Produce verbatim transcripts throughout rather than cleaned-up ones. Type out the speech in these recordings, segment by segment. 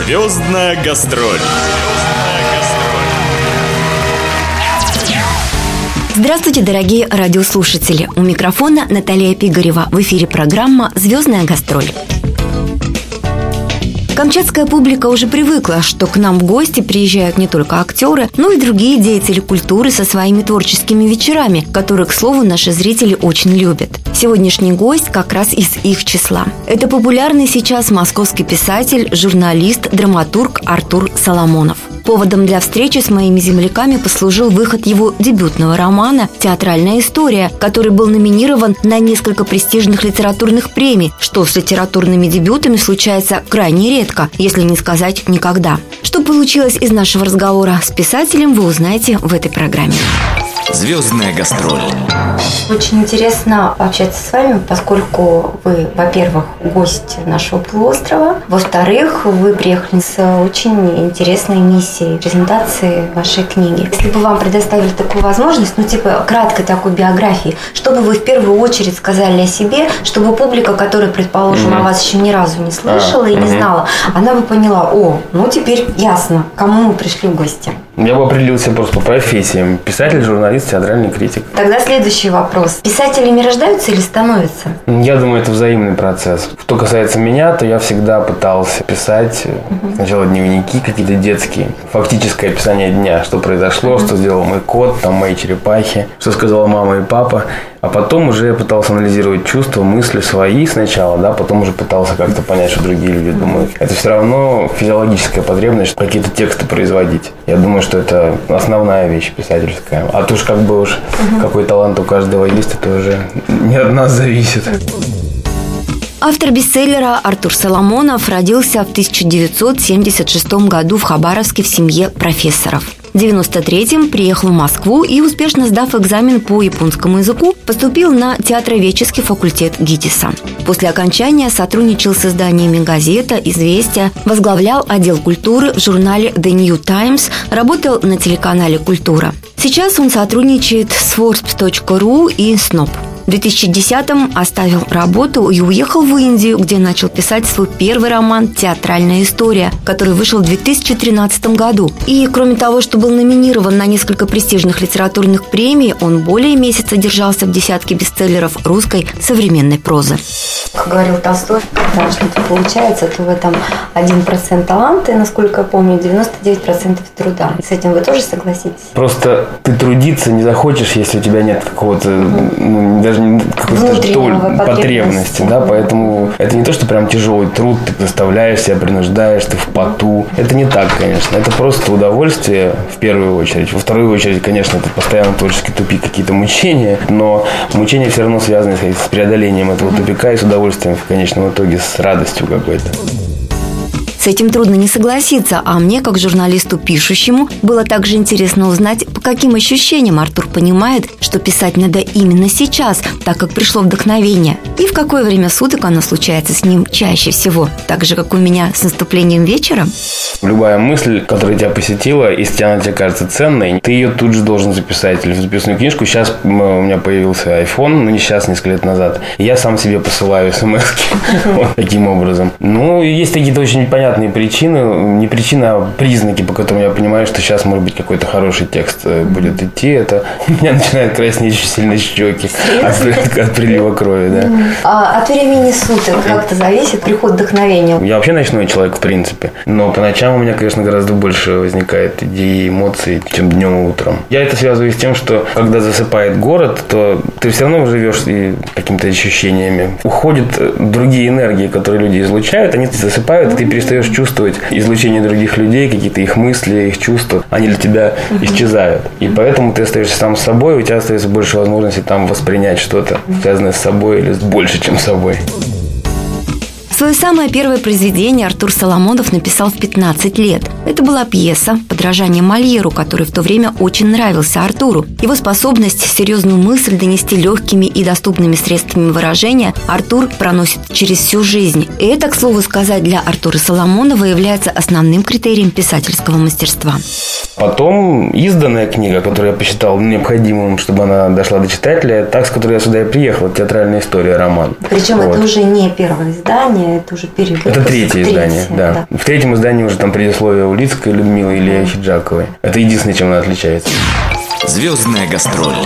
Звездная гастроль. Здравствуйте, дорогие радиослушатели! У микрофона Наталья Пигарева. В эфире программа «Звездная гастроль». Камчатская публика уже привыкла, что к нам в гости приезжают не только актеры, но и другие деятели культуры со своими творческими вечерами, которые, к слову, наши зрители очень любят. Сегодняшний гость как раз из их числа. Это популярный сейчас московский писатель, журналист, драматург Артур Соломонов. Поводом для встречи с моими земляками послужил выход его дебютного романа «Театральная история», который был номинирован на несколько престижных литературных премий, что с литературными дебютами случается крайне редко, если не сказать никогда. Что получилось из нашего разговора с писателем, вы узнаете в этой программе. Звездная гастроль. Очень интересно общаться с вами, поскольку вы, во-первых, гость нашего полуострова, во-вторых, вы приехали с очень интересной миссией презентации вашей книги. Если бы вам предоставили такую возможность, ну типа краткой такой биографии, что бы вы в первую очередь сказали о себе, чтобы публика, которая, предположим, mm-hmm. о вас еще ни разу не слышала а, и не mm-hmm. знала, она бы поняла: о, ну теперь ясно, к кому мы пришли в гости. Я бы определился просто по профессиям: писатель, журналист, театральный критик. Тогда следующий вопрос. Писателями рождаются или становятся? Я думаю, это взаимный процесс. Что касается меня, то я всегда пытался писать угу. сначала дневники какие-то детские, фактическое описание дня, что произошло, угу. что сделал мой кот, там мои черепахи, что сказала мама и папа. А потом уже я пытался анализировать чувства, мысли свои сначала, да, потом уже пытался как-то понять, что другие люди думают. Это все равно физиологическая потребность какие-то тексты производить. Я думаю, что это основная вещь писательская. А то уж как бы уж угу. какой талант у каждого есть, это уже не от нас зависит. Автор бестселлера Артур Соломонов родился в тысяча девятьсот семьдесят шестом году в Хабаровске в семье профессоров. В девяносто третьем приехал в Москву и, успешно сдав экзамен по японскому языку, поступил на театроведческий факультет ГИТИСа. После окончания сотрудничал с изданиями «Газета», «Известия», возглавлял отдел культуры в журнале «The New Times», работал на телеканале «Культура». Сейчас он сотрудничает с Forbes точка ру и СНОП. В две тысячи десятом оставил работу и уехал в Индию, где начал писать свой первый роман «Театральная история», который вышел в две тысячи тринадцатом году. И кроме того, что был номинирован на несколько престижных литературных премий, он более месяца держался в десятке бестселлеров русской современной прозы. Как говорил Толстой, когда что-то получается, то в этом один процент таланта, и, насколько я помню, девяносто девять процентов труда. С этим вы тоже согласитесь? Просто ты трудиться не захочешь, если у тебя нет какого-то, ну, даже какой-то толь, потребности, да, поэтому это не то, что прям тяжелый труд, ты заставляешь себя, принуждаешь, ты в поту. Это не так, конечно. Это просто удовольствие в первую очередь. Во вторую очередь, конечно, это постоянно творческий тупик, какие-то мучения, но мучения все равно связаны с преодолением этого тупика и с удовольствием в конечном итоге, с радостью какой-то. С этим трудно не согласиться, а мне, как журналисту пишущему, было также интересно узнать, по каким ощущениям Артур понимает, что писать надо именно сейчас, так как пришло вдохновение, и в какое время суток оно случается с ним чаще всего, так же, как у меня с наступлением вечера. Любая мысль, которая тебя посетила, если она тебе кажется ценной, ты ее тут же должен записать или в записную книжку. Сейчас у меня появился iPhone, ну не сейчас, несколько лет назад, и я сам себе посылаю смс-ки таким образом. Ну, есть какие-то очень непонятные причины, не причины, а признаки, по которым я понимаю, что сейчас, может быть, какой-то хороший текст будет идти. Это у меня начинают краснеть очень сильно щеки от, от прилива крови, да. А от времени суток как-то зависит приход вдохновения? Я вообще ночной человек, в принципе. Но по ночам у меня, конечно, гораздо больше возникает идей и эмоций, чем днем и утром. Я это связываю с тем, что когда засыпает город, то ты все равно живешь и какими-то ощущениями. Уходят другие энергии, которые люди излучают, они засыпают, и ты перестаешь чувствовать излучение других людей, какие-то их мысли, их чувства, они для тебя исчезают. И поэтому ты остаешься сам с собой, у тебя остается больше возможности там воспринять что-то, связанное с собой или с больше, чем с собой. Свое самое первое произведение Артур Соломонов написал в пятнадцать лет. Это была пьеса «Подражание Мольеру», который в то время очень нравился Артуру. Его способность серьезную мысль донести легкими и доступными средствами выражения Артур проносит через всю жизнь. И это, к слову сказать, для Артура Соломонова является основным критерием писательского мастерства. Потом изданная книга, которую я посчитал необходимым, чтобы она дошла до читателя, та, с которой я сюда и приехал, «Театральная история», роман. Причем вот. Это уже не первое издание. издание, это уже перевыпуск. Это третье издание, да. да. В третьем издании уже там предисловие Улицкой Людмилы или Ильи Хиджаковой. Это единственное, чем она отличается. Звездная гастроль.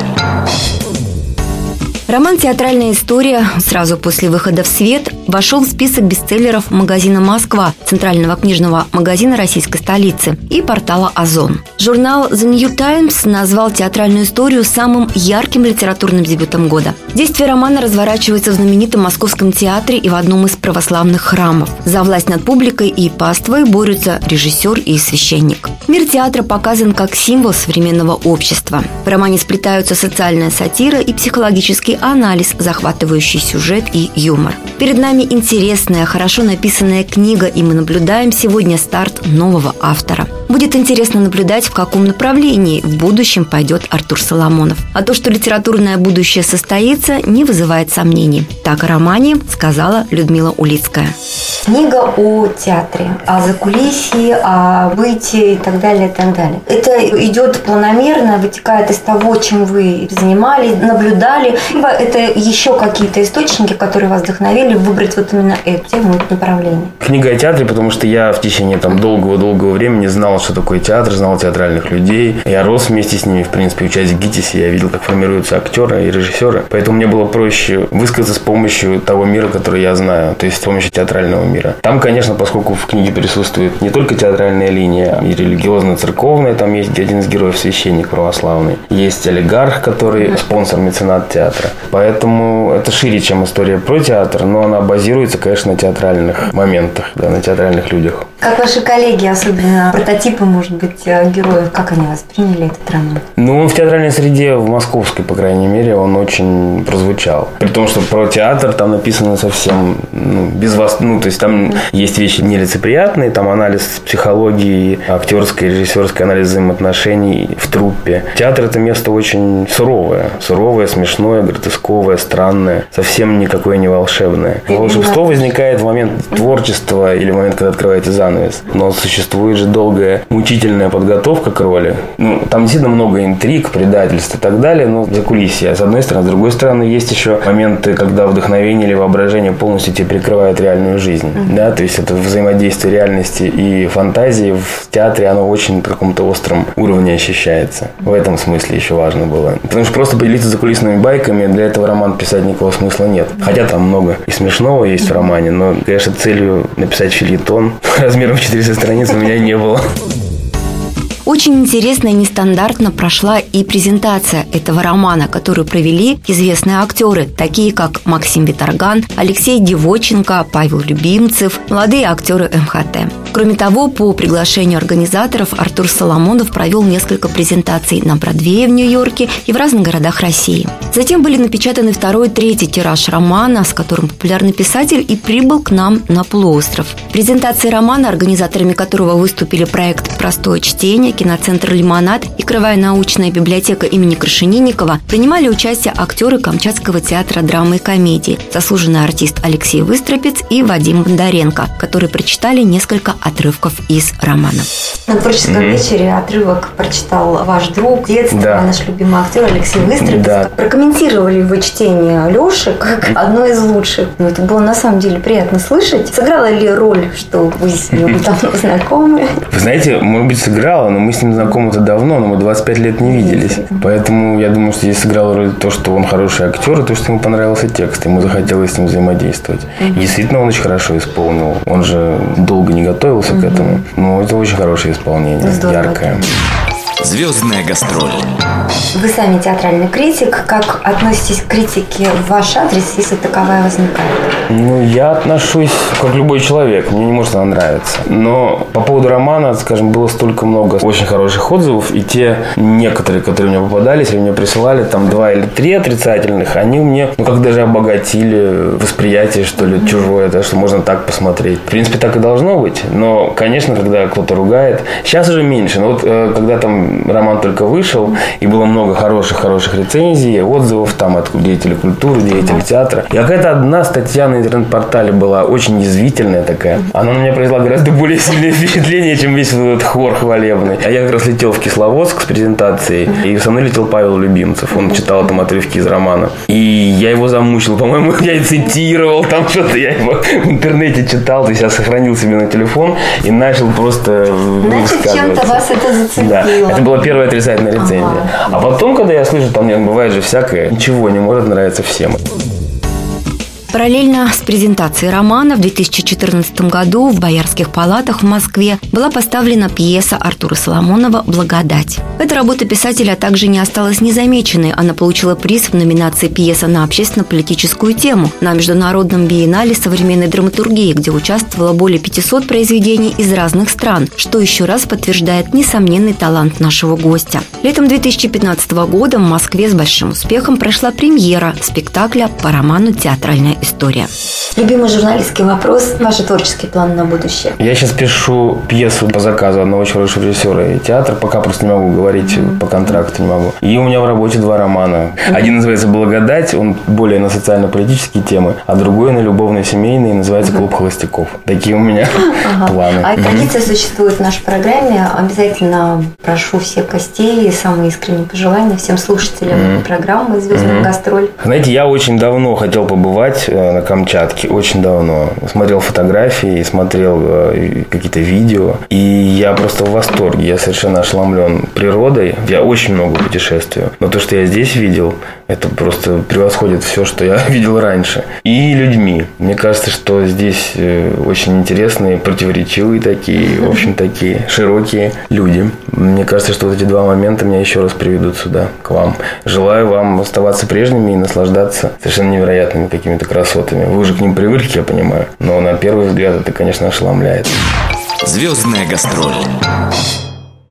Роман «Театральная история» сразу после выхода в свет вошел в список бестселлеров магазина «Москва», центрального книжного магазина российской столицы, и портала «Озон». Журнал The New Times назвал «Театральную историю» самым ярким литературным дебютом года. Действие романа разворачивается в знаменитом Московском театре и в одном из православных храмов. За власть над публикой и паствой борются режиссер и священник. Мир театра показан как символ современного общества. В романе сплетаются социальная сатира и психологический анализ, захватывающий сюжет и юмор. Перед нами интересная, хорошо написанная книга, и мы наблюдаем сегодня старт нового автора. Будет интересно наблюдать, в каком направлении в будущем пойдет Артур Соломонов. А то, что литературное будущее состоится, не вызывает сомнений. Так о романе сказала Людмила Улицкая. Книга о театре, о закулисье, о бытии и так далее, и так далее. Это идет планомерно, вытекает из того, чем вы занимались, наблюдали. Либо это еще какие-то источники, которые вас вдохновили выбрать вот именно эту тему, это направление. Книга о театре, потому что я в течение там долгого-долгого времени знал, что такое театр, знал театральных людей. Я рос вместе с ними, в принципе, учась в ГИТИСе, я видел, как формируются актеры и режиссеры. Поэтому мне было проще высказаться с помощью того мира, который я знаю, то есть с помощью театрального мира. Там, конечно, поскольку в книге присутствует не только театральная линия, и религиозно-церковная, там есть один из героев, священник православный, есть олигарх, который спонсор, меценат театра. Поэтому это шире, чем история про театр, но она базируется, конечно, на театральных моментах, да, на театральных людях. Как ваши коллеги, особенно прототипы, может быть, героев, как они восприняли этот роман? Ну, в театральной среде, в московской, по крайней мере, он очень прозвучал. При том, что про театр там написано совсем ну, без вас, ну, то есть там mm-hmm. есть вещи нелицеприятные, там анализ психологии, актерской, режиссерский анализ взаимоотношений в труппе. Театр – это место очень суровое, суровое, смешное, гротесковое, странное, совсем никакое не волшебное. Волшебство возникает в момент творчества или в момент, когда открываете занавес. Но существует же долгая мучительная подготовка к роли. Ну, там действительно много интриг, предательств и так далее, но закулисье, с одной стороны. С другой стороны, есть еще моменты, когда вдохновение или воображение полностью тебе прикрывает реальную жизнь. Mm-hmm. Да, то есть это взаимодействие реальности и фантазии в театре, оно очень на каком-то остром уровне ощущается. В этом смысле еще важно было. Потому что просто поделиться закулисными байками, для этого роман писать никакого смысла нет. Хотя там много и смешного есть в романе, но, конечно, целью написать фельетон размером в четыреста страниц у меня не было. Очень интересно и нестандартно прошла и презентация этого романа, которую провели известные актеры, такие как Максим Виторган, Алексей Девоченко, Павел Любимцев, молодые актеры эм ха тэ. Кроме того, по приглашению организаторов Артур Соломонов провел несколько презентаций на Бродвее в Нью-Йорке и в разных городах России. Затем были напечатаны второй и третий тираж романа, с которым популярный писатель и прибыл к нам на полуостров. Презентации романа, организаторами которого выступили проект «Простое чтение», киноцентр «Лимонад» и Краевая научная библиотека имени Крашенинникова, принимали участие актеры Камчатского театра драмы и комедии, заслуженный артист Алексей Выстропец и Вадим Бондаренко, которые прочитали несколько отрывков из романа. На творческом mm-hmm. вечере отрывок прочитал ваш друг детства, да. наш любимый актер Алексей Выстропец. Да. Прокомментировали вы чтение Леши как одно из лучших. Но это было на самом деле приятно слышать. Сыграла ли роль, что вы с ним давно знакомы? Вы знаете, может быть, сыграла, но мы с ним знакомы-то давно, но мы двадцать пять лет не виделись. Поэтому я думаю, что здесь сыграла роль то, что он хороший актер, и то, что ему понравился текст. Ему захотелось с ним взаимодействовать. Mm-hmm. И действительно, он очень хорошо исполнил. Он же долго не готовился mm-hmm. к этому. Но это очень хорошее исполнение, здорово. Яркое. Звездная гастроль. Вы сами театральный критик. Как относитесь к критике в ваш адрес, если таковая возникает? Ну, я отношусь как любой человек. Мне не может она нравиться. Но по поводу романа, скажем, было столько много очень хороших отзывов. И те некоторые, которые мне попадались, или мне присылали, там два или три отрицательных, они мне, ну, как даже обогатили восприятие, что ли, чужое, да, что можно так посмотреть. В принципе, так и должно быть. Но, конечно, когда кто-то ругает, сейчас уже меньше. Но вот когда там роман только вышел, и был было много хороших-хороших рецензий, отзывов там от деятелей культуры, деятелей театра. И какая-то одна статья на интернет-портале была очень язвительная такая. Она на меня произвела гораздо более сильное впечатление, чем весь этот хор хвалебный. А я как раз летел в Кисловодск с презентацией, и со мной летел Павел Любимцев. Он читал там отрывки из романа. И я его замучил. По-моему, я и цитировал там что-то. Я его в интернете читал, то есть я сохранил себе на телефон и начал просто Значит, чем-то вас это зацепило. Да, это была первая отрицательная рецензия. Ага. А потом, когда я слышу, там бывает же всякое, ничего не может нравиться всем. Параллельно с презентацией романа в две тысячи четырнадцатом году в Боярских палатах в Москве была поставлена пьеса Артура Соломонова «Благодать». Эта работа писателя также не осталась незамеченной. Она получила приз в номинации «Пьеса на общественно-политическую тему» на Международном биеннале современной драматургии, где участвовало более пятисот произведений из разных стран, что еще раз подтверждает несомненный талант нашего гостя. Летом две тысячи пятнадцатого года в Москве с большим успехом прошла премьера спектакля по роману «Театральная история». Любимый журналистский вопрос. Ваши творческие планы на будущее? Я сейчас пишу пьесу по заказу одного очень хорошего режиссера и театра. Пока просто не могу говорить, mm-hmm. по контракту не могу. И у меня в работе два романа. Mm-hmm. Один называется «Благодать», он более на социально-политические темы, а другой на любовно-семейные, называется mm-hmm. «Клуб холостяков». Такие у меня ага. планы. А традиция mm-hmm. существует в нашей программе. Обязательно прошу всех гостей и самые искренние пожелания всем слушателям mm-hmm. программы «Звездная mm-hmm. гастроль». Знаете, я очень давно хотел побывать на Камчатке, очень давно. Смотрел фотографии, смотрел э, какие-то видео, и я просто в восторге. Я совершенно ошеломлен природой. Я очень много путешествую, но то, что я здесь видел, это просто превосходит все, что я видел раньше. И людьми. Мне кажется, что здесь очень интересные, противоречивые такие, в общем, такие широкие люди. Мне кажется, что вот эти два момента меня еще раз приведут сюда, к вам. Желаю вам оставаться прежними и наслаждаться совершенно невероятными какими-то красотами. Вы уже к ним привыкли, я понимаю, но на первый взгляд это, конечно, ошеломляет. Звездная гастроль.